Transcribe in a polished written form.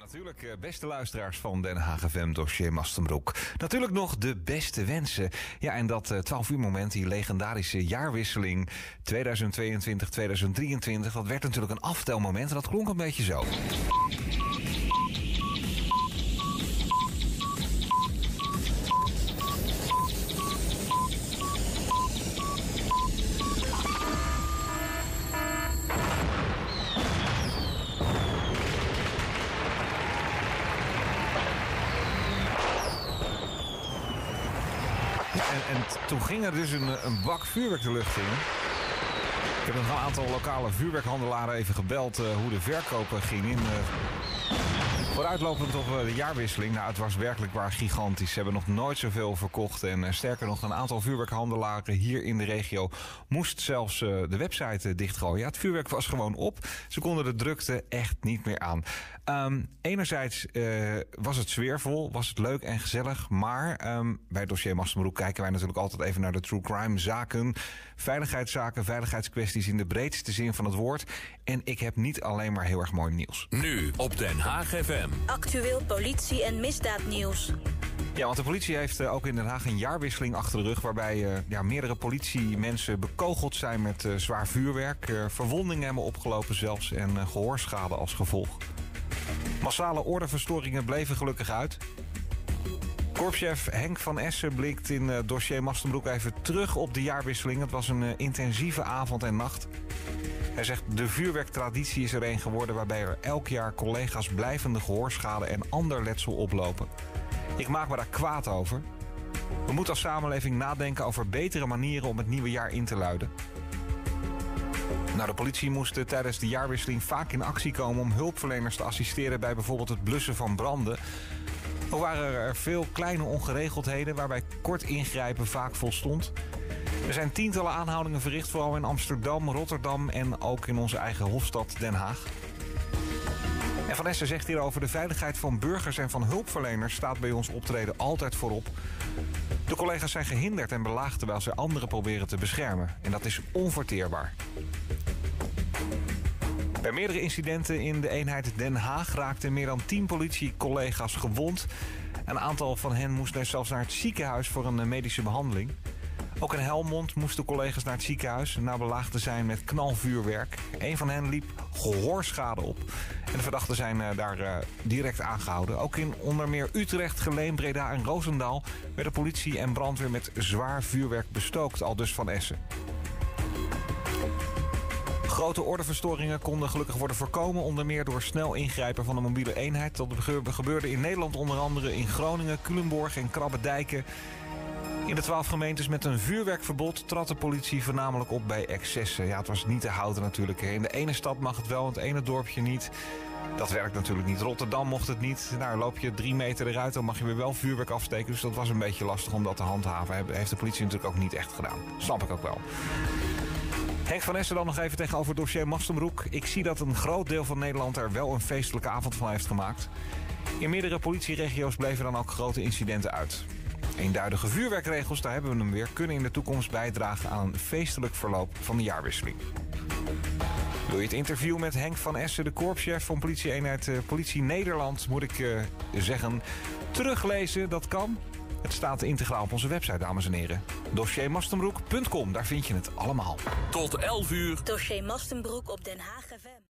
natuurlijk, beste luisteraars van Den Haag FM, dossier Mastenbroek. Natuurlijk nog de beste wensen. Ja, en dat 12 uur moment, die legendarische jaarwisseling 2022-2023... dat werd natuurlijk een aftelmoment en dat klonk een beetje zo. En toen ging er dus een bak vuurwerk de lucht in. Ik heb nog een aantal lokale vuurwerkhandelaren even gebeld hoe de verkopen ging. Vooruitlopend op de jaarwisseling. Nou, het was werkelijk waar gigantisch. Ze hebben nog nooit zoveel verkocht. En sterker nog, een aantal vuurwerkhandelaren hier in de regio moest zelfs de website dichtgooien. Ja, het vuurwerk was gewoon op. Ze konden de drukte echt niet meer aan. Enerzijds was het sfeervol, was het leuk en gezellig. Maar bij het dossier Mastenbroek kijken wij natuurlijk altijd even naar de true crime zaken. Veiligheidszaken, veiligheidskwesties in de breedste zin van het woord. En ik heb niet alleen maar heel erg mooi nieuws. Nu op Den Haag FM. Actueel politie- en misdaadnieuws. Ja, want de politie heeft ook in Den Haag een jaarwisseling achter de rug, waarbij meerdere politiemensen bekogeld zijn met zwaar vuurwerk. Verwondingen hebben opgelopen zelfs en gehoorschade als gevolg. Massale ordeverstoringen bleven gelukkig uit. Korpschef Henk van Essen blikt in het dossier Mastenbroek even terug op de jaarwisseling. Het was een intensieve avond en nacht. Hij zegt, de vuurwerktraditie is er een geworden waarbij er elk jaar collega's blijvende gehoorschade en ander letsel oplopen. Ik maak me daar kwaad over. We moeten als samenleving nadenken over betere manieren om het nieuwe jaar in te luiden. Nou, de politie moest tijdens de jaarwisseling vaak in actie komen om hulpverleners te assisteren bij bijvoorbeeld het blussen van branden. Ook waren er veel kleine ongeregeldheden waarbij kort ingrijpen vaak volstond. Er zijn tientallen aanhoudingen verricht, vooral in Amsterdam, Rotterdam en ook in onze eigen hoofdstad Den Haag. En Van Essen zegt hierover, de veiligheid van burgers en van hulpverleners staat bij ons optreden altijd voorop. De collega's zijn gehinderd en belaagd terwijl ze anderen proberen te beschermen. En dat is onverteerbaar. Bij meerdere incidenten in de eenheid Den Haag raakten meer dan 10 politiecollega's gewond. Een aantal van hen moesten zelfs naar het ziekenhuis voor een medische behandeling. Ook in Helmond moesten collega's naar het ziekenhuis na belaagd te zijn met knalvuurwerk. Een van hen liep gehoorschade op. En de verdachten zijn daar direct aangehouden. Ook in onder meer Utrecht, Geleen, Breda en Roosendaal werden politie en brandweer met zwaar vuurwerk bestookt, aldus Van Essen. Grote ordeverstoringen konden gelukkig worden voorkomen, onder meer door snel ingrijpen van de mobiele eenheid. Dat gebeurde in Nederland onder andere in Groningen, Culemborg en Krabbedijken. In de 12 gemeentes met een vuurwerkverbod trad de politie voornamelijk op bij excessen. Ja, het was niet te houden natuurlijk. In de ene stad mag het wel, in het ene dorpje niet. Dat werkt natuurlijk niet. Rotterdam mocht het niet. Nou, loop je 3 meter eruit, dan mag je weer wel vuurwerk afsteken. Dus dat was een beetje lastig om dat te handhaven. Heeft de politie natuurlijk ook niet echt gedaan. Snap ik ook wel. Henk van Essen dan nog even tegenover het dossier Mastenbroek. Ik zie dat een groot deel van Nederland er wel een feestelijke avond van heeft gemaakt. In meerdere politieregio's bleven dan ook grote incidenten uit. Eenduidige vuurwerkregels, daar hebben we hem weer, kunnen in de toekomst bijdragen aan een feestelijk verloop van de jaarwisseling. Wil je het interview met Henk van Essen, de korpschef van politieeenheid Politie Nederland, moet ik zeggen, teruglezen? Dat kan. Het staat integraal op onze website, dames en heren. Dossiermastenbroek.com, daar vind je het allemaal. Tot 11 uur. Dossier Mastenbroek op Den Haag FM.